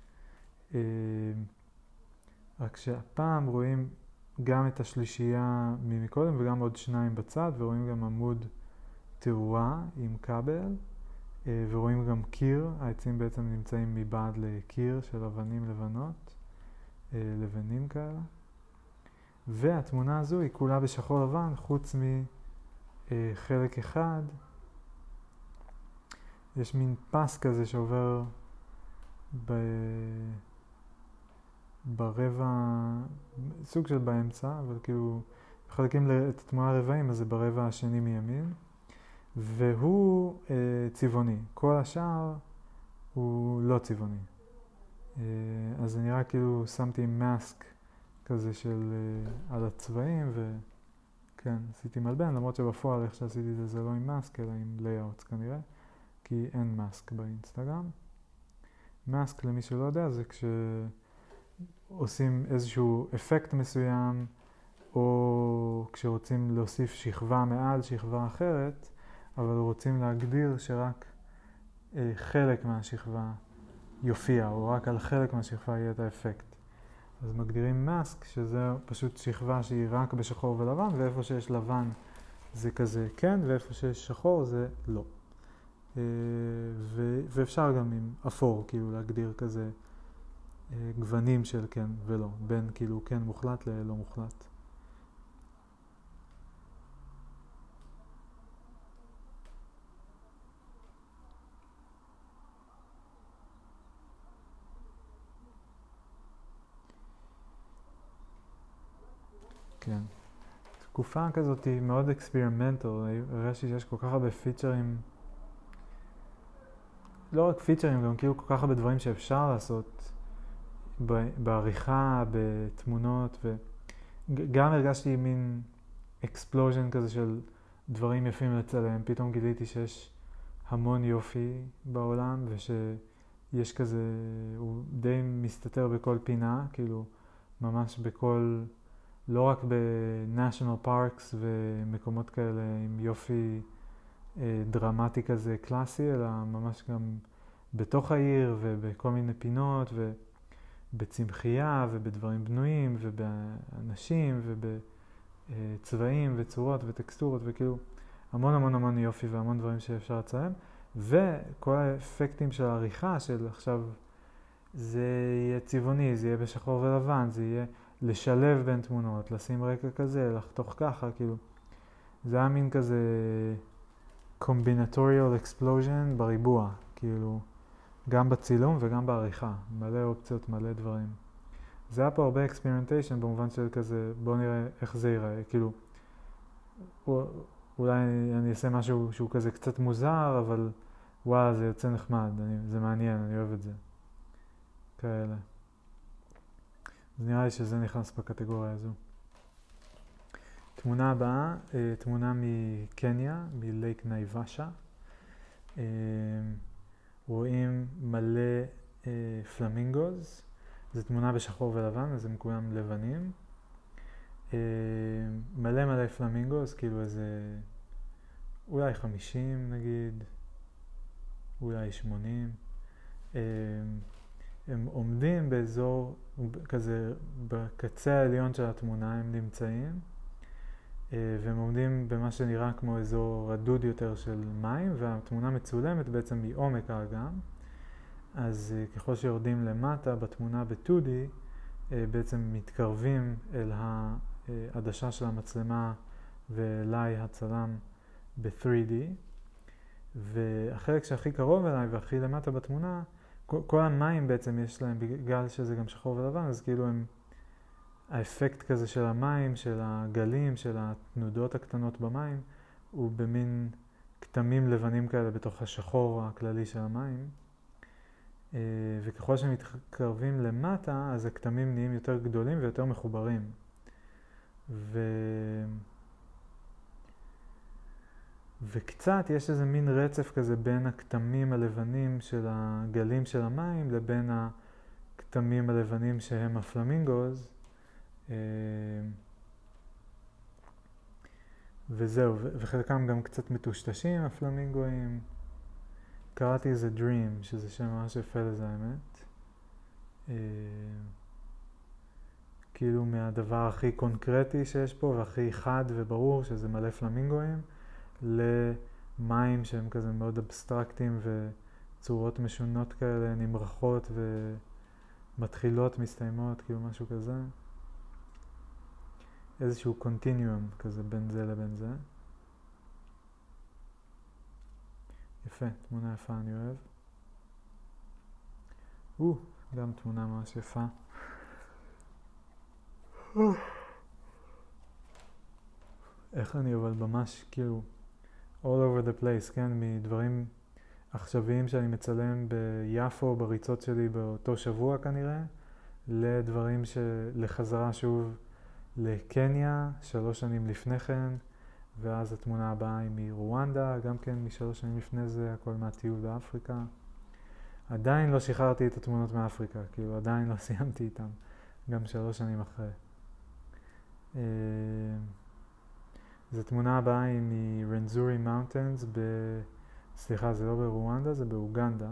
רק שהפעם רואים גם את השלישייה ממקודם וגם עוד שניים בצד, ורואים גם עמוד תאורה עם כבל, ורואים גם קיר, העצים בעצם נמצאים מבעד לקיר של אבנים לבנות, לבנים כאלה. והתמונה הזו היא כולה בשחור לבן, חוץ מחלק אחד. יש מין פס כזה שעובר ברבע, סוג של באמצע, אבל כאילו מחלקים את התמונה רבעים, אז זה ברבע השני מימין, והוא צבעוני. כל השאר הוא לא צבעוני. אז זה נראה כאילו שמתי מאסק כזה על הצבעים, וכן, עשיתי מלבן, למרות שבפועל איך שעשיתי את זה לא עם מאסק, אלא עם לייאוטס כנראה, כי אין מאסק באינסטגרם. מאסק, למי שלא יודע, זה עושים איזשהו אפקט מסוים, או כשרוצים להוסיף שכבה מעל שכבה אחרת, אבל רוצים להגדיר שרק חלק מהשכבה יופיע, או רק על חלק מהשכבה יהיה את האפקט. אז מגדירים מאסק, שזה פשוט שכבה שהיא רק בשחור ולבן, ואיפה שיש לבן זה כזה כן, ואיפה שיש שחור זה לא. ואפשר גם עם אפור, כאילו להגדיר כזה גוונים של כן ולא, בין כאילו כן מוחלט ללא מוחלט. כן. תקופה כזאת היא מאוד אקספרימנטל, הרגשתי שיש כל כך הרבה פיצ'רים, לא רק פיצ'רים, גם כאילו כל כך הרבה דברים שאפשר לעשות בעריכה, בתמונות, וגם הרגשתי מין אקספלוז'ן כזה של דברים יפים לצלם. פתאום גיליתי שיש המון יופי בעולם, ושיש כזה, הוא די מסתתר בכל פינה, כאילו ממש בכל לא רק ב-national parks ומקומות כאלה עם יופי דרמטי כזה קלאסי, אלא ממש גם בתוך העיר ובכל מיני פינות ובצמחייה ובדברים בנויים ובאנשים ובצבעים וצורות וטקסטורות וכאילו המון המון המון יופי והמון דברים שאפשר לצלם, וכל האפקטים של העריכה של עכשיו זה יהיה צבעוני, זה יהיה בשחור ולבן, זה יהיה לשלב בין תמונות, לשים רקע כזה, לחתוך ככה, כאילו זה היה מין כזה combinatorial explosion בריבוע, כאילו גם בצילום וגם בעריכה, מלא אופציות, מלא דברים. זה היה פה הרבה experimentation במובן של כזה, בוא נראה איך זה ייראה, כאילו אולי אני אעשה משהו שהוא כזה קצת מוזר, אבל וואלה זה יוצא נחמד, זה מעניין, אני אוהב את זה. כאלה. אז נראה לי שזה נכנס בקטגוריה הזו. תמונה הבאה, תמונה מקניה, מלייק נייבשה. רואים מלא פלמינגוז. זו תמונה בשחור ולבן, אז הם כולם לבנים. מלא מלא פלמינגוז, כאילו איזה אולי 50 נגיד, אולי 80. הם עומדים באזור כזה, בקצה העליון של התמונה הם נמצאים, והם עומדים במה שנראה כמו אזור רדוד יותר של מים, והתמונה מצולמת בעצם מעומק האגם. אז ככל שיורדים למטה בתמונה ב-2D, בעצם מתקרבים אל העדשה של המצלמה ואליי הצלם ב-3D, והחלק שהכי קרוב אליי והכי למטה בתמונה, כל המים בעצם יש להם, בגלל שזה גם שחור ולבן, אז כאילו הם, האפקט כזה של המים, של הגלים, של התנודות הקטנות במים, הוא במין כתמים לבנים כאלה בתוך השחור הכללי של המים. וככל שמתקרבים למטה, אז הכתמים נהיים יותר גדולים ויותר מחוברים. וקצת יש איזה מין רצף כזה בין הכתמים הלבנים של הגלים של המים לבין הכתמים הלבנים שהם הפלמינגוז. וזהו, וחלקם גם קצת מטושטשים, הפלמינגואים. קראתי איזה Dream, שזה שם ממש יפה לזה האמת. כאילו מהדבר הכי קונקרטי שיש פה והכי חד וברור, שזה מלא פלמינגואים, למים שהם כזה מאוד אבסטרקטיים וצורות משונות כאלה, נמרחות ומתחילות, מסתיימות, כאילו משהו כזה. איזשהו קונטיניום כזה בין זה לבין זה. יפה, תמונה יפה, אני אוהב. גם תמונה ממש יפה. איך אני אבל ממש כאילו all over the place, כן? מדברים עכשוויים שאני מצלם ביפו, בריצות שלי באותו שבוע כנראה, לדברים לחזרה שוב לקניה, 3 שנים לפני כן, ואז התמונה הבאה היא מרואנדה, גם כן מ3 שנים לפני זה, הכל מהטיול באפריקה. עדיין לא שחררתי את התמונות מאפריקה, כאילו עדיין לא סיימתי איתם, גם 3 שנים אחרי. זו תמונה הבאה היא מרנזורי מאונטנס, סליחה, זה לא ברואנדה, זה באוגנדה.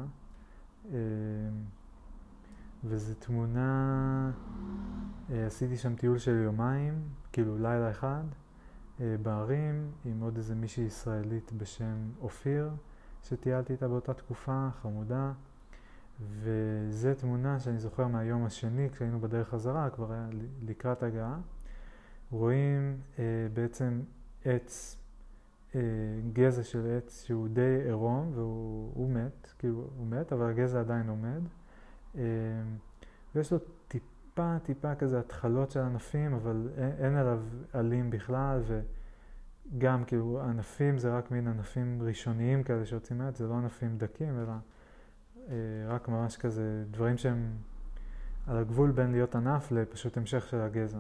וזו תמונה, עשיתי שם טיול של יומיים, כאילו לילה אחד, בערים, עם עוד איזה מישהי ישראלית בשם אופיר, שטיילתי איתה באותה תקופה, חמודה. וזו תמונה שאני זוכר מהיום השני, כשהיינו בדרך חזרה, כבר היה לקראת הגעה. רואים בעצם עץ, גזע של עץ שהוא די עירום, והוא מת, כאילו הוא מת, אבל הגזע עדיין עומד. ויש לו טיפה כזה התחלות של ענפים, אבל אין עליו עלים בכלל, וגם כאילו ענפים זה רק מין ענפים ראשוניים כאלה שיוצאים מעט, זה לא ענפים דקים, אלא רק ממש כזה דברים שהם על הגבול בין להיות ענף לפשוט המשך של הגזע.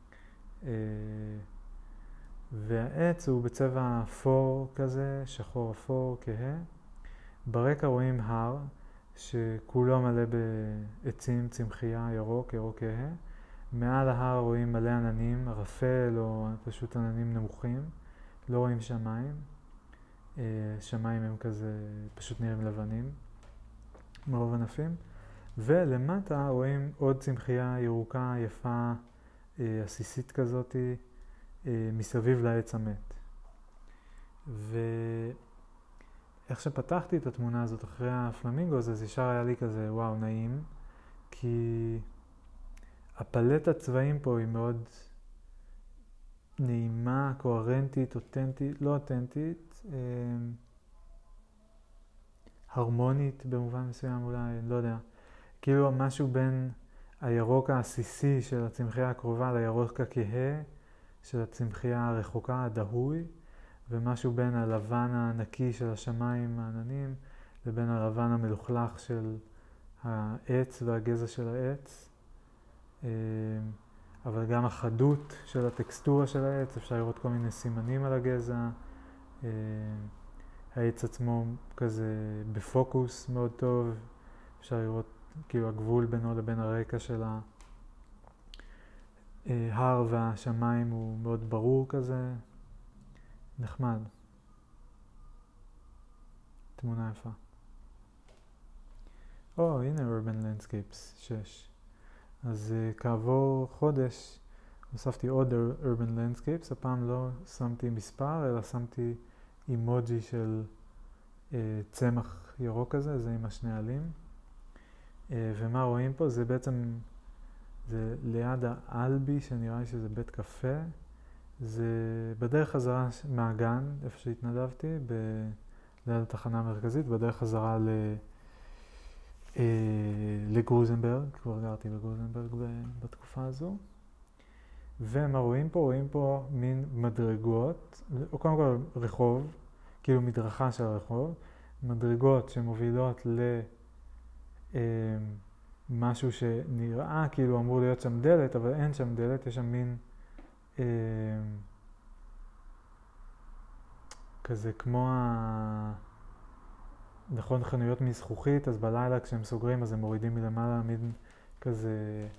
והעץ הוא בצבע אפור כזה, שחור אפור, כהה. ברקע רואים הר שכולו מלא בעצים, צמחייה, ירוק כהה, מעל ההר רואים מלא עננים, ערפל או פשוט עננים נמוכים, לא רואים שמיים. שמיים הם כזה פשוט נראים לבנים מרוב ענפים. ולמטה רואים עוד צמחייה ירוקה יפה, עסיסית כזאת, מסביב לעץ המת. ואיך שפתחתי את התמונה הזאת אחרי הפלמינגוז, אז ישר היה לי כזה וואו נעים, כי הפלט הצבעים פה היא מאוד נעימה, קוהרנטית, אותנטית, לא אותנטית, הרמונית במובן מסוים אולי, לא יודע. כאילו משהו בין הירוק העסיסי של הצמחייה הקרובה לירוק הכהה של הצמחייה הרחוקה, הדהוי, ומשהו בין הלבן הענקי של השמיים העננים לבין הלבן המלוכלך של העץ והגזע של העץ. אבל גם החדות של הטקסטורה של העץ, אפשר לראות כל מיני סימנים על הגזע. העץ עצמו כזה בפוקוס מאוד טוב, אפשר לראות כאילו הגבול בינו לבין הרקע של ההר והשמיים הוא מאוד ברור כזה, נחמד. תמונה יפה. הנה Urban Landscapes 6. אז כעבור חודש הוספתי עוד Urban Landscapes, הפעם לא שמתי מספר, אלא שמתי אימוג'י של צמח ירוק כזה, זה עם השני עלים. ומה רואים פה? זה בעצם, זה ליד האלבי, שנראה לי שזה בית קפה. זה בדרך חזרה מהגן, איפה שהתנדבתי, ליד התחנה המרכזית, בדרך חזרה לגרוזנברג, כבר גרתי בגרוזנברג בתקופה הזו. ומה רואים פה? רואים פה מין מדרגות, או קודם כל רחוב, כאילו מדרכה של הרחוב, מדרגות שמובילות משהו שנראה כאילו אמור להיות שם דלת, אבל אין שם דלת, יש שם מין כזה כמו נכון חנויות מזכוכית, אז בלילה כשהם סוגרים אז הם מורידים מלמעלה מין כזה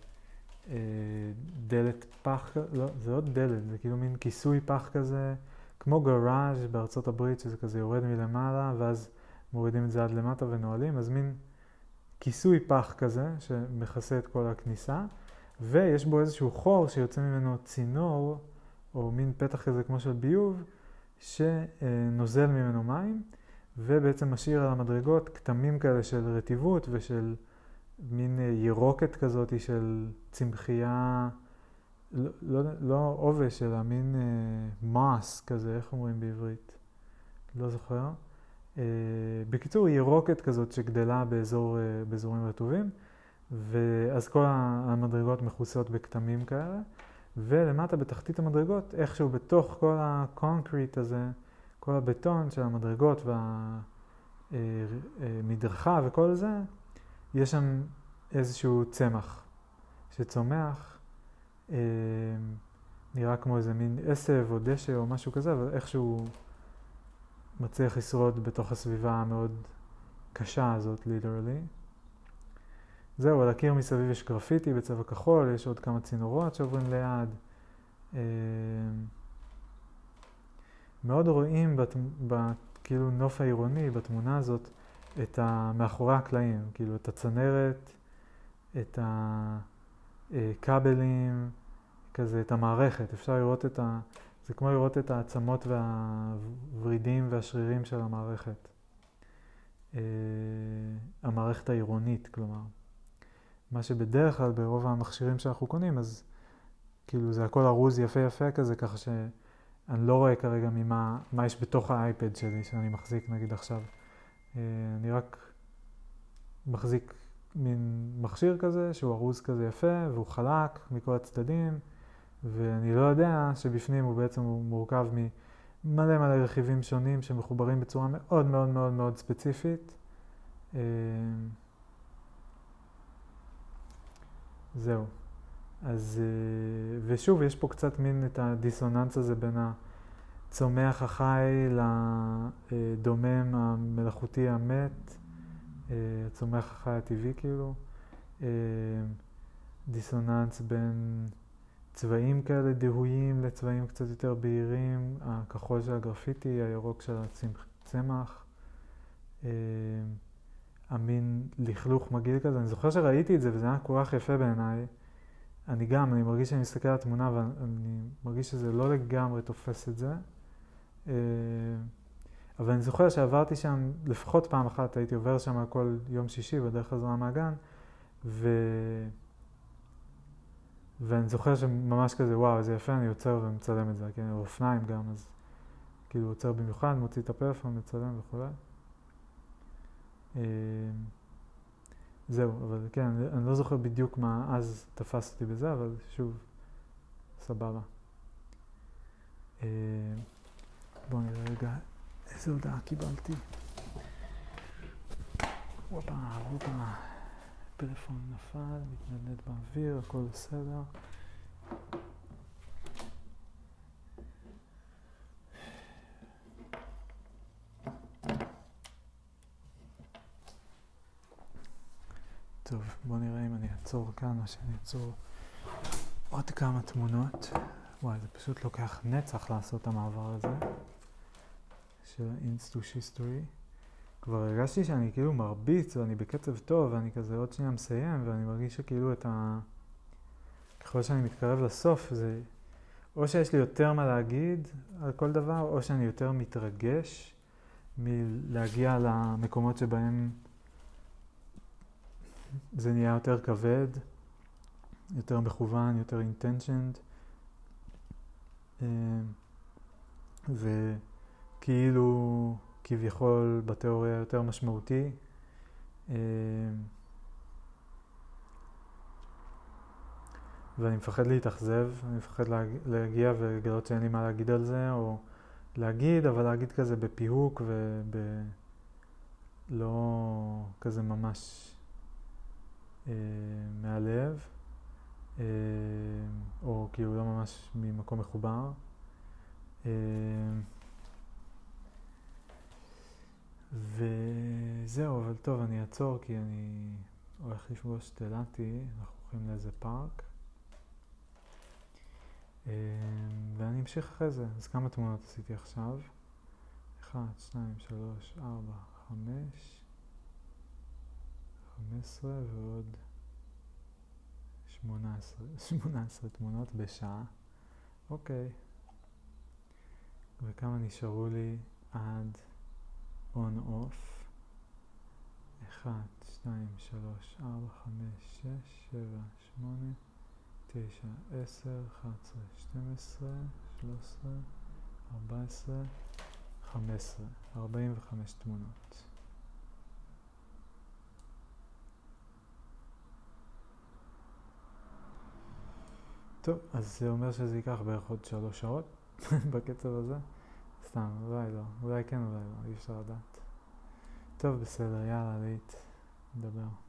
דלת פח, לא, זה עוד דלת, זה כאילו מין כיסוי פח כזה, כמו גראז' בארצות הברית שזה כזה יורד מלמעלה ואז מורידים את זה עד למטה ונועלים, אז מין כיסוי פח כזה שמכסה את כל הכניסה, ויש בו איזשהו חור שיוצא ממנו צינור או מין פתח כזה כמו של ביוב שנוזל ממנו מים ובעצם משאיר על המדרגות כתמים כאלה של רטיבות ושל מין ירוקת כזאת של צמחייה, לא עובש, אלא מין מוס כזה, איך אומרים בעברית? לא זוכר. בקיצור, ירוקת כזאת שגדלה באזורים רטובים, ואז כל המדרגות מכוסות בכתמים כאלה, ולמטה בתחתית המדרגות, איכשהו בתוך כל הקונקריט הזה, כל הבטון של המדרגות והמדרכה וכל זה, יש שם איזשהו צמח שצומח, נראה כמו איזה מין עשב או דשא או משהו כזה, אבל איכשהו מצליח לשרוד בתוך הסביבה המאוד קשה הזאת, literally. זהו, על הקיר מסביב יש גרפיטי בצבע כחול, יש עוד כמה צינורות שעוברים ליד. מאוד רואים כאילו נוף העירוני בתמונה הזאת את מאחורי הקלעים, כאילו את הצנרת, את הכבלים, כזה את המערכת. אפשר לראות זה כמו לראות את העצמות והוורידים והשרירים של המערכת. המערכת העירונית, כלומר. מה שבדרך כלל ברוב המכשירים שאנחנו קונים, אז כאילו זה הכל ארוז יפה יפה כזה, ככה שאני לא רואה כרגע מה יש בתוך האייפד שלי שאני מחזיק נגיד עכשיו. אני רק מחזיק מין מכשיר כזה שהוא ארוז כזה יפה והוא חלק מכל הצדדים, ואני לא יודע שבפנים הוא בעצם מורכב ממלא מלא רכיבים שונים שמחוברים בצורה מאוד מאוד מאוד מאוד ספציפית. זהו. אז, ושוב, יש פה קצת מין את הדיסוננס הזה בין הצומח החי לדומם המלאכותי המת, הצומח החי הטבעי כאילו. דיסוננס בין צבעים כאלה דהויים לצבעים קצת יותר בהירים, הכחול של הגרפיטי, הירוק של הצמח, המין לכלוך מגעיל כזה. אני זוכר שראיתי את זה וזה היה כל כך יפה בעיניי. אני מרגיש שאני מסתכל על התמונה ואני מרגיש שזה לא לגמרי תופס את זה. אבל אני זוכר שעברתי שם לפחות פעם אחת, הייתי עובר שם כל יום שישי בדרך חזרה מהגן, ואני זוכר שממש כזה, וואו, זה יפה, אני יוצר ומצלם את זה, כי אני אופניים גם, אז כאילו יוצר במיוחד, מוציא את הפלאפון, מצלם וכו'. זהו, אבל כן, אני לא זוכר בדיוק מה אז תפס אותי בזה, אבל שוב, סבבה. בואו נראה רגע איזה הודעה קיבלתי. וופה, פלאפון נפל, מתנדנד באוויר, הכל בסדר. טוב, בואו נראה אם אני אעצור כאן או שאני אעצור עוד כמה תמונות. וואי, זה פשוט לוקח נצח לעשות את המעבר הזה של ה-Instouch History. כבר הרגשתי שאני כאילו מרביץ ואני בקצב טוב ואני כזה עוד שנייה מסיים ואני מרגיש שכאילו ככל שאני מתקרב לסוף זה או שיש לי יותר מה להגיד על כל דבר או שאני יותר מתרגש מלהגיע למקומות שבהם זה נהיה יותר כבד, יותר מכוון, יותר intentioned, וכאילו כביכול בתיאוריה יותר משמעותי. ואני מפחד להתאכזב, אני מפחד להגיע ולגלות שאין לי מה להגיד על זה, או להגיד, אבל להגיד כזה בפיהוק ולא כזה ממש מהלב, או כאילו לא ממש ממקום מחובר. וזהו, אבל טוב, אני אעצור כי אני הולך לפגוש את אלעתי, אנחנו הולכים לאיזה פארק. ואני אמשיך אחרי זה. אז כמה תמונות עשיתי עכשיו? 1, 2, 3, 4, 5, 15 ועוד 18 תמונות בשעה. אוקיי. וכמה נשארו לי עד on-off? 1, 2, 3, 4, 5, 6, 7, 8, 9, 10, 11, 12, 13, 14, 15, 45 תמונות. טוב, אז זה אומר שזה ייקח בערך עוד 3 שעות בקצב הזה. סתם, אולי לא. אולי כן, אולי לא. אי אפשר לדעת. טוב, בסדר, יאללה, נדבר.